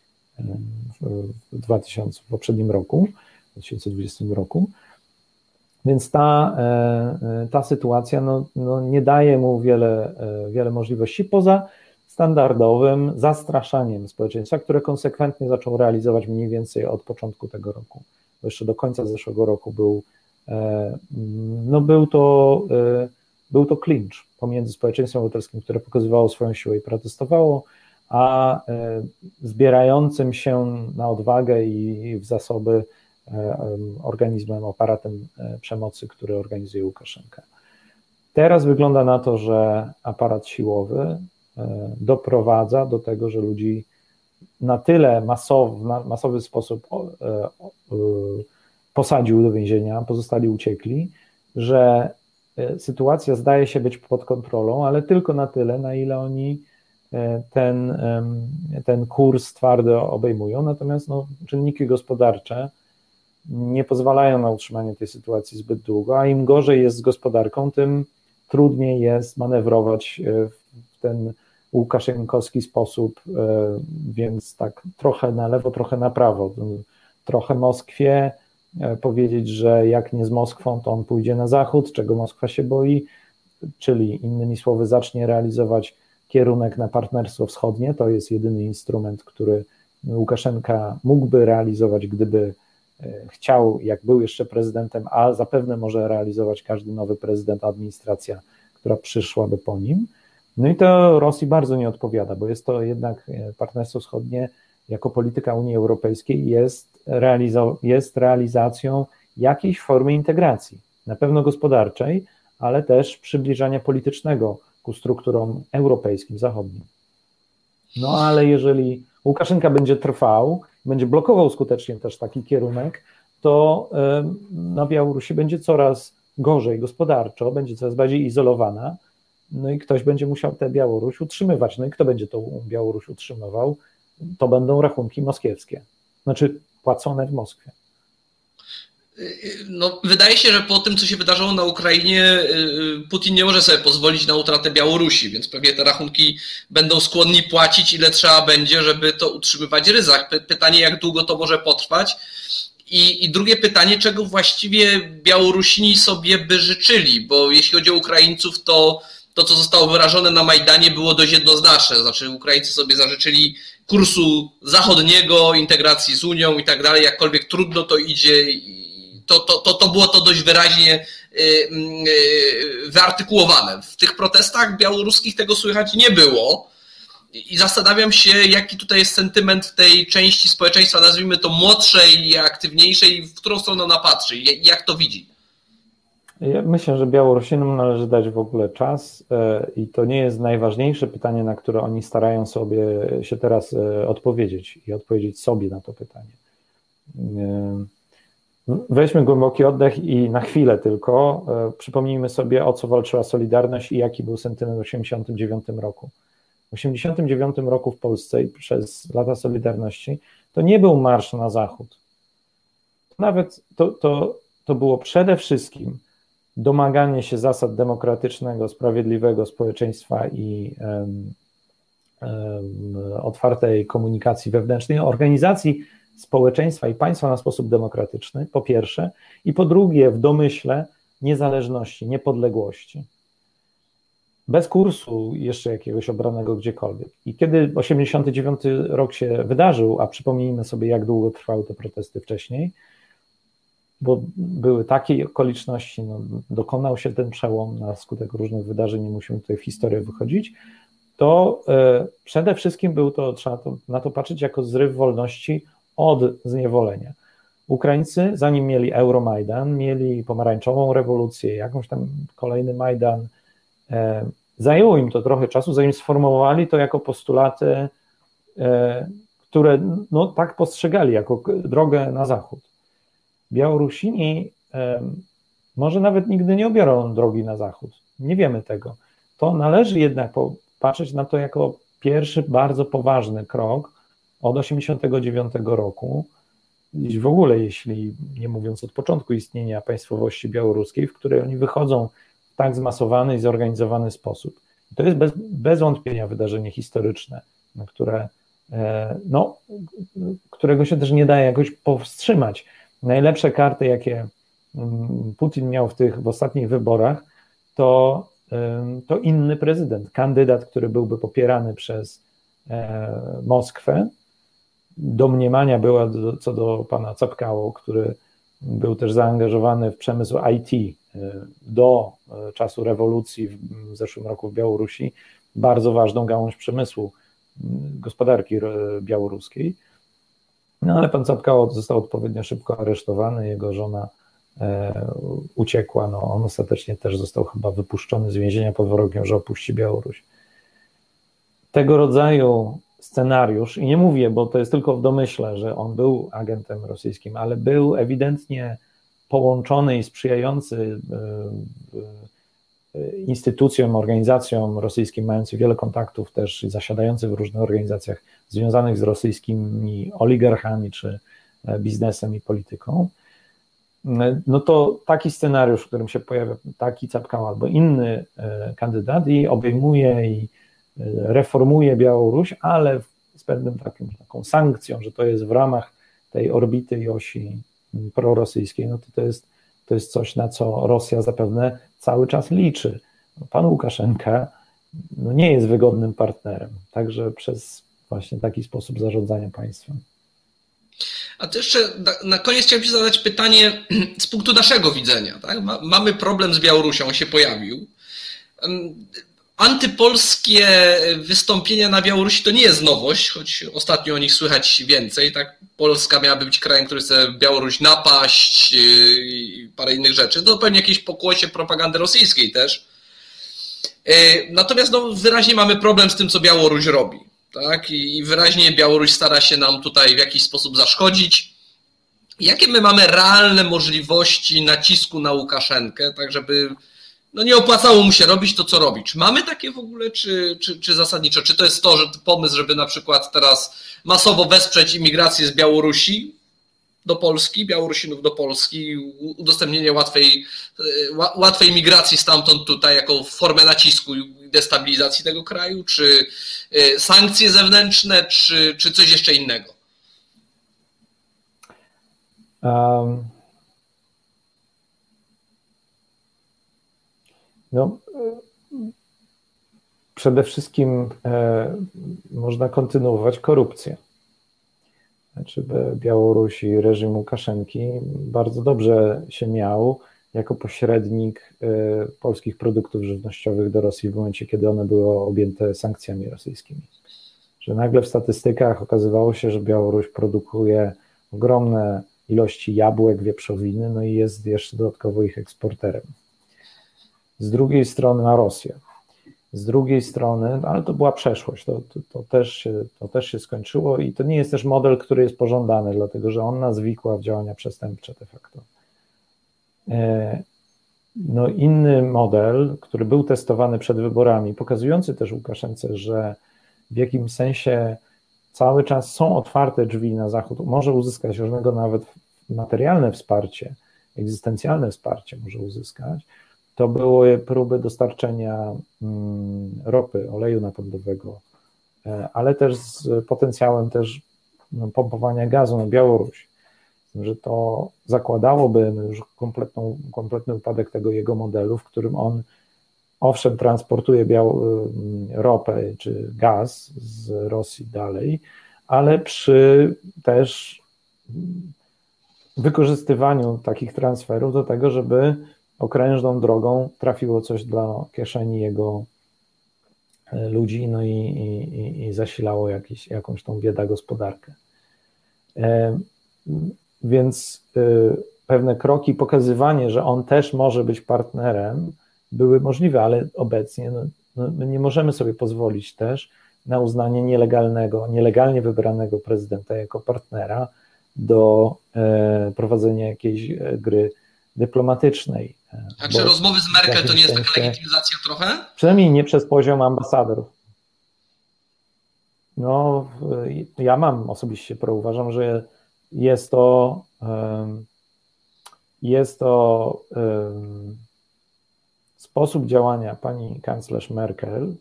w, dwa tysiące, w poprzednim roku, w dwa tysiące dwudziestym roku, więc ta, ta sytuacja no, no nie daje mu wiele, wiele możliwości poza standardowym zastraszaniem społeczeństwa, które konsekwentnie zaczął realizować mniej więcej od początku tego roku, bo jeszcze do końca zeszłego roku był no był to, był to klincz pomiędzy społeczeństwem obywatelskim, które pokazywało swoją siłę i protestowało, a zbierającym się na odwagę i w zasoby organizmem, aparatem przemocy, który organizuje Łukaszenka. Teraz wygląda na to, że aparat siłowy doprowadza do tego, że ludzi na tyle masowy, na masowy sposób posadził do więzienia, pozostali uciekli, że sytuacja zdaje się być pod kontrolą, ale tylko na tyle, na ile oni ten, ten kurs twardy obejmują, natomiast no, czynniki gospodarcze nie pozwalają na utrzymanie tej sytuacji zbyt długo, a im gorzej jest z gospodarką, tym trudniej jest manewrować w ten łukaszenkowski sposób, więc tak trochę na lewo, trochę na prawo, trochę Moskwie powiedzieć, że jak nie z Moskwą, to on pójdzie na zachód, czego Moskwa się boi, czyli innymi słowy zacznie realizować kierunek na partnerstwo wschodnie, to jest jedyny instrument, który Łukaszenka mógłby realizować, gdyby chciał, jak był jeszcze prezydentem, a zapewne może realizować każdy nowy prezydent, administracja, która przyszłaby po nim. No i to Rosji bardzo nie odpowiada, bo jest to jednak partnerstwo wschodnie jako polityka Unii Europejskiej jest, realizo- jest realizacją jakiejś formy integracji, na pewno gospodarczej, ale też przybliżania politycznego ku strukturom europejskim, zachodnim. No ale jeżeli Łukaszenka będzie trwał, będzie blokował skutecznie też taki kierunek, to na Białorusi będzie coraz gorzej gospodarczo, będzie coraz bardziej izolowana, no i ktoś będzie musiał tę Białoruś utrzymywać. No i kto będzie tą Białoruś utrzymywał? To będą rachunki moskiewskie, znaczy płacone w Moskwie. No, wydaje się, że po tym, co się wydarzyło na Ukrainie, Putin nie może sobie pozwolić na utratę Białorusi, więc pewnie te rachunki będą skłonni płacić, ile trzeba będzie, żeby to utrzymywać w ryzach. Pytanie, jak długo to może potrwać. I, i drugie pytanie, czego właściwie Białorusini sobie by życzyli, bo jeśli chodzi o Ukraińców, to to, co zostało wyrażone na Majdanie, było dość jednoznaczne. Znaczy Ukraińcy sobie zażyczyli kursu zachodniego, integracji z Unią i tak dalej, jakkolwiek trudno to idzie. To, to, to, to było to dość wyraźnie wyartykułowane. W tych protestach białoruskich tego słychać nie było i zastanawiam się, jaki tutaj jest sentyment w tej części społeczeństwa, nazwijmy to młodszej i aktywniejszej, w którą stronę ona patrzy, jak to widzi. Ja myślę, że Białorusinom należy dać w ogóle czas i to nie jest najważniejsze pytanie, na które oni starają sobie się teraz odpowiedzieć i odpowiedzieć sobie na to pytanie. Weźmy głęboki oddech i na chwilę tylko przypomnijmy sobie, o co walczyła Solidarność i jaki był sentyment w osiemdziesiątym dziewiątym roku. W osiemdziesiątym dziewiątym roku w Polsce i przez lata Solidarności to nie był marsz na zachód. Nawet to, to, to było przede wszystkim domaganie się zasad demokratycznego, sprawiedliwego społeczeństwa i um, um, otwartej komunikacji wewnętrznej, organizacji społeczeństwa i państwa na sposób demokratyczny, po pierwsze, i po drugie w domyśle niezależności, niepodległości. bez kursu jeszcze jakiegoś obranego gdziekolwiek. I kiedy osiemdziesiąty dziewiąty rok się wydarzył, a przypomnijmy sobie, jak długo trwały te protesty wcześniej, bo były takie okoliczności, no, dokonał się ten przełom na skutek różnych wydarzeń, nie musimy tutaj w historię wychodzić, to e, przede wszystkim był to, trzeba to, na to patrzeć jako zryw wolności od zniewolenia. Ukraińcy, zanim mieli Euromajdan, mieli pomarańczową rewolucję, jakąś tam kolejny Majdan, e, zajęło im to trochę czasu, zanim sformułowali to jako postulaty, e, które no, tak postrzegali jako drogę na zachód. Białorusini e, może nawet nigdy nie obiorą drogi na zachód, nie wiemy tego. To należy jednak patrzeć na to jako pierwszy bardzo poważny krok od osiemdziesiątego dziewiątego roku, i w ogóle, jeśli nie mówiąc od początku istnienia państwowości białoruskiej, w której oni wychodzą w tak zmasowany i zorganizowany sposób. I to jest bez, bez wątpienia wydarzenie historyczne, na które, no, którego się też nie da jakoś powstrzymać. Najlepsze karty, jakie Putin miał w tych w ostatnich wyborach, to, to inny prezydent, kandydat, który byłby popierany przez Moskwę. Domniemania była do, co do pana Capkało, który był też zaangażowany w przemysł I T do czasu rewolucji w zeszłym roku w Białorusi, bardzo ważną gałąź przemysłu gospodarki białoruskiej. No ale pan Capkało został odpowiednio szybko aresztowany, jego żona e, uciekła, no on ostatecznie też został chyba wypuszczony z więzienia pod warunkiem, że opuści Białoruś. Tego rodzaju scenariusz, i nie mówię, bo to jest tylko w domyśle, że on był agentem rosyjskim, ale był ewidentnie połączony i sprzyjający instytucjom, organizacjom rosyjskim, mający wiele kontaktów też i zasiadający w różnych organizacjach związanych z rosyjskimi oligarchami czy biznesem i polityką, no to taki scenariusz, w którym się pojawia taki Capkał albo inny kandydat i obejmuje i reformuje Białoruś, ale z pewnym takim, taką sankcją, że to jest w ramach tej orbity i osi prorosyjskiej, no to to jest, to jest coś, na co Rosja zapewne cały czas liczy. Pan Łukaszenka no nie jest wygodnym partnerem, także przez właśnie taki sposób zarządzania państwem. A to jeszcze na, na koniec chciałbym Ci zadać pytanie z punktu naszego widzenia. Tak? Ma, mamy problem z Białorusią, on się pojawił. Antypolskie wystąpienia na Białorusi to nie jest nowość, choć ostatnio o nich słychać więcej. Tak? Polska miałaby być krajem, który chce Białoruś napaść i parę innych rzeczy. To pewnie jakieś pokłosie propagandy rosyjskiej też. Natomiast no, wyraźnie mamy problem z tym, co Białoruś robi. Tak? I wyraźnie Białoruś stara się nam tutaj w jakiś sposób zaszkodzić. Jakie my mamy realne możliwości nacisku na Łukaszenkę, tak żeby no nie opłacało mu się robić to, co robi? Czy mamy takie w ogóle, czy, czy, czy zasadniczo? Czy to jest to, że pomysł, żeby na przykład teraz masowo wesprzeć imigrację z Białorusi do Polski, Białorusinów do Polski, udostępnienie łatwej, łatwej migracji stamtąd tutaj jako formę nacisku i destabilizacji tego kraju, czy sankcje zewnętrzne, czy, czy coś jeszcze innego? Um, no, przede wszystkim e, można kontynuować korupcję. Znaczy Białoruś i reżim Łukaszenki bardzo dobrze się miał jako pośrednik polskich produktów żywnościowych do Rosji w momencie, kiedy one były objęte sankcjami rosyjskimi. Że nagle w statystykach okazywało się, że Białoruś produkuje ogromne ilości jabłek, wieprzowiny, no i jest jeszcze dodatkowo ich eksporterem. Z drugiej strony na Rosję. Z drugiej strony, ale to była przeszłość, to, to, to, też się, to też się skończyło i to nie jest też model, który jest pożądany, dlatego że on nas wikła w działania przestępcze de facto. No inny model, który był testowany przed wyborami, pokazujący też Łukaszence, że w jakimś sensie cały czas są otwarte drzwi na Zachód, może uzyskać różnego nawet materialne wsparcie, egzystencjalne wsparcie może uzyskać, to były próby dostarczenia ropy, oleju napędowego, ale też z potencjałem też pompowania gazu na Białoruś. Że to zakładałoby już kompletną, kompletny upadek tego jego modelu, w którym on owszem, transportuje biał, ropę czy gaz z Rosji dalej, ale przy też wykorzystywaniu takich transferów do tego, żeby okrężną drogą trafiło coś dla kieszeni jego ludzi, no i, i, i zasilało jakiś, jakąś tą bieda gospodarkę. E, więc e, pewne kroki, pokazywanie, że on też może być partnerem, były możliwe, ale obecnie no, no, my nie możemy sobie pozwolić też na uznanie nielegalnego, nielegalnie wybranego prezydenta jako partnera do e, prowadzenia jakiejś gry dyplomatycznej. A czy rozmowy z Merkel to nie jest taka legitymizacja trochę? Przynajmniej nie przez poziom ambasadorów. No, ja mam osobiście, uważam, że jest to jest to sposób działania pani kanclerz Merkel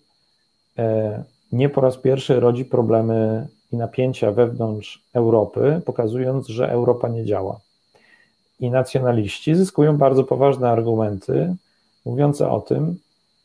nie po raz pierwszy rodzi problemy i napięcia wewnątrz Europy, pokazując, że Europa nie działa. I nacjonaliści zyskują bardzo poważne argumenty mówiące o tym,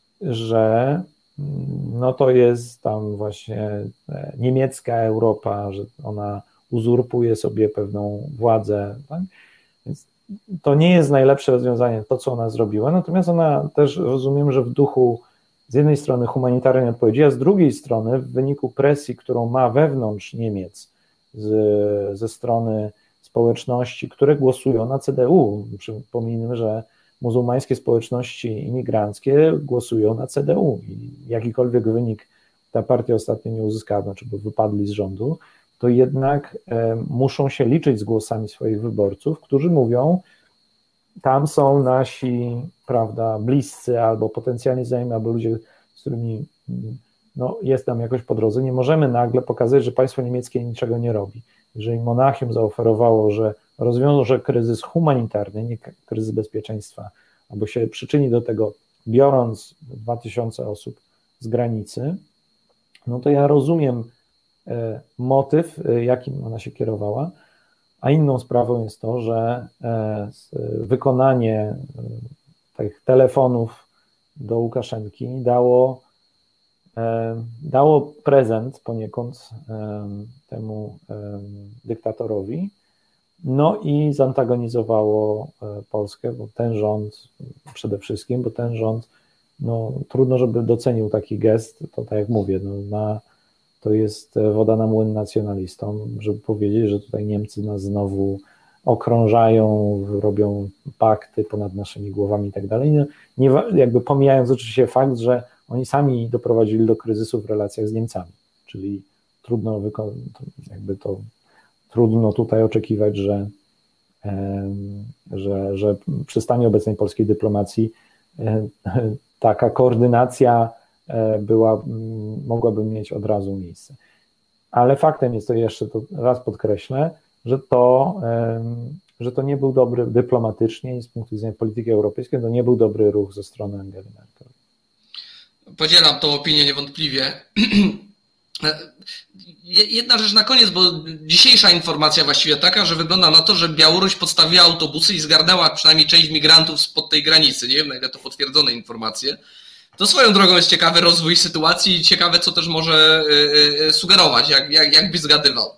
że no to jest tam właśnie niemiecka Europa, że ona uzurpuje sobie pewną władzę. Tak? Więc to nie jest najlepsze rozwiązanie, to co ona zrobiła, natomiast ona też, rozumiem, że w duchu z jednej strony humanitarnej odpowiedzi, a z drugiej strony w wyniku presji, którą ma wewnątrz Niemiec z, ze strony społeczności, które głosują na C D U. Przypomnijmy, że muzułmańskie społeczności imigranckie głosują na C D U i jakikolwiek wynik ta partia ostatnio nie uzyskała, znaczy bo wypadli z rządu, to jednak e, muszą się liczyć z głosami swoich wyborców, którzy mówią, tam są nasi, prawda, bliscy albo potencjalnie znajomi, albo ludzie, z którymi no, jest tam jakoś po drodze. Nie możemy nagle pokazać, że państwo niemieckie niczego nie robi. Jeżeli Monachium zaoferowało, że rozwiąże kryzys humanitarny, nie kryzys bezpieczeństwa, albo się przyczyni do tego, biorąc dwa tysiące osób z granicy, no to ja rozumiem e, motyw, e, jakim ona się kierowała, a inną sprawą jest to, że e, wykonanie e, tych telefonów do Łukaszenki dało dało prezent poniekąd temu dyktatorowi, no i zantagonizowało Polskę, bo ten rząd przede wszystkim, bo ten rząd, no trudno, żeby docenił taki gest, to tak jak mówię, no, na, to jest woda na młyn nacjonalistom, żeby powiedzieć, że tutaj Niemcy nas znowu okrążają, robią pakty ponad naszymi głowami i tak dalej, no, nie, jakby pomijając oczywiście fakt, że oni sami doprowadzili do kryzysu w relacjach z Niemcami, czyli trudno, wyko- jakby to, trudno tutaj oczekiwać, że, e, że, że przy stanie obecnej polskiej dyplomacji e, taka koordynacja e, była, mogłaby mieć od razu miejsce. Ale faktem jest to, jeszcze to raz podkreślę, że to, e, że to nie był dobry dyplomatycznie i z punktu widzenia polityki europejskiej, to nie był dobry ruch ze strony Angeli Merkel. Podzielam tą opinię niewątpliwie. Jedna rzecz na koniec, bo dzisiejsza informacja właściwie taka, że wygląda na to, że Białoruś podstawiła autobusy i zgarnęła przynajmniej część migrantów spod tej granicy. Nie wiem, na ile to potwierdzone informacje. To swoją drogą jest ciekawy rozwój sytuacji i ciekawe, co też może sugerować, jak, jak, jak byś zgadywał.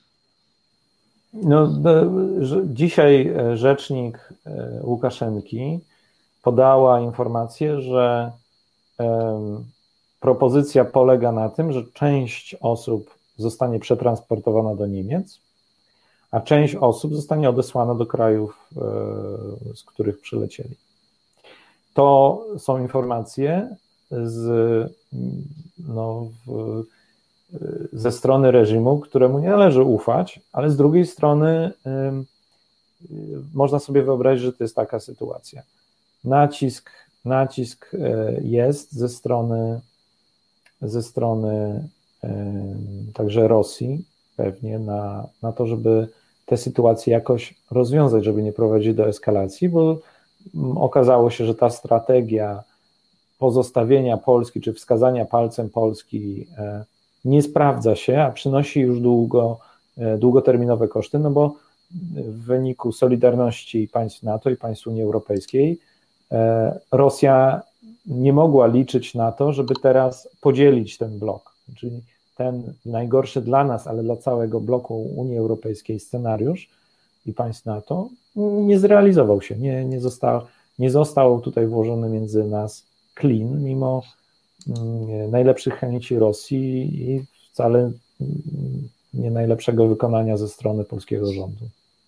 No, dzisiaj rzecznik Łukaszenki podała informację, że propozycja polega na tym, że część osób zostanie przetransportowana do Niemiec, a część osób zostanie odesłana do krajów, z których przylecieli. To są informacje z, no, w, ze strony reżimu, któremu nie należy ufać, ale z drugiej strony y, y, można sobie wyobrazić, że to jest taka sytuacja. Nacisk, nacisk jest ze strony, ze strony y, także Rosji pewnie na, na to, żeby tę sytuację jakoś rozwiązać, żeby nie prowadzić do eskalacji, bo okazało się, że ta strategia pozostawienia Polski, czy wskazania palcem Polski nie sprawdza się, a przynosi już długo, długoterminowe koszty, no bo w wyniku solidarności państw NATO i państw Unii Europejskiej Rosja nie mogła liczyć na to, żeby teraz podzielić ten blok. Czyli ten najgorszy dla nas, ale dla całego bloku Unii Europejskiej scenariusz i państw NATO nie zrealizował się, nie, nie, został, nie został tutaj włożony między nas klin, mimo najlepszych chęci Rosji i wcale nie najlepszego wykonania ze strony polskiego rządu.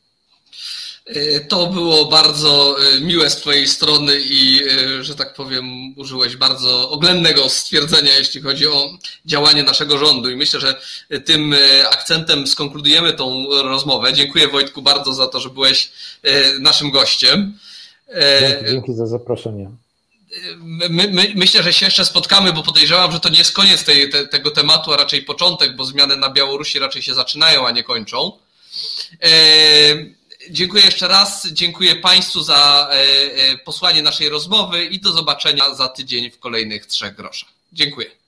To było bardzo miłe z twojej strony i, że tak powiem, użyłeś bardzo oględnego stwierdzenia, jeśli chodzi o działanie naszego rządu i myślę, że tym akcentem skonkludujemy tą rozmowę. Dziękuję, Wojtku, bardzo za to, że byłeś naszym gościem. Dzięki, dzięki za zaproszenie. My, my, myślę, że się jeszcze spotkamy, bo podejrzewam, że to nie jest koniec tej, te, tego tematu, a raczej początek, bo zmiany na Białorusi raczej się zaczynają, a nie kończą. E, dziękuję jeszcze raz, dziękuję Państwu za e, posłanie naszej rozmowy i do zobaczenia za tydzień w kolejnych Trzech Groszach. Dziękuję.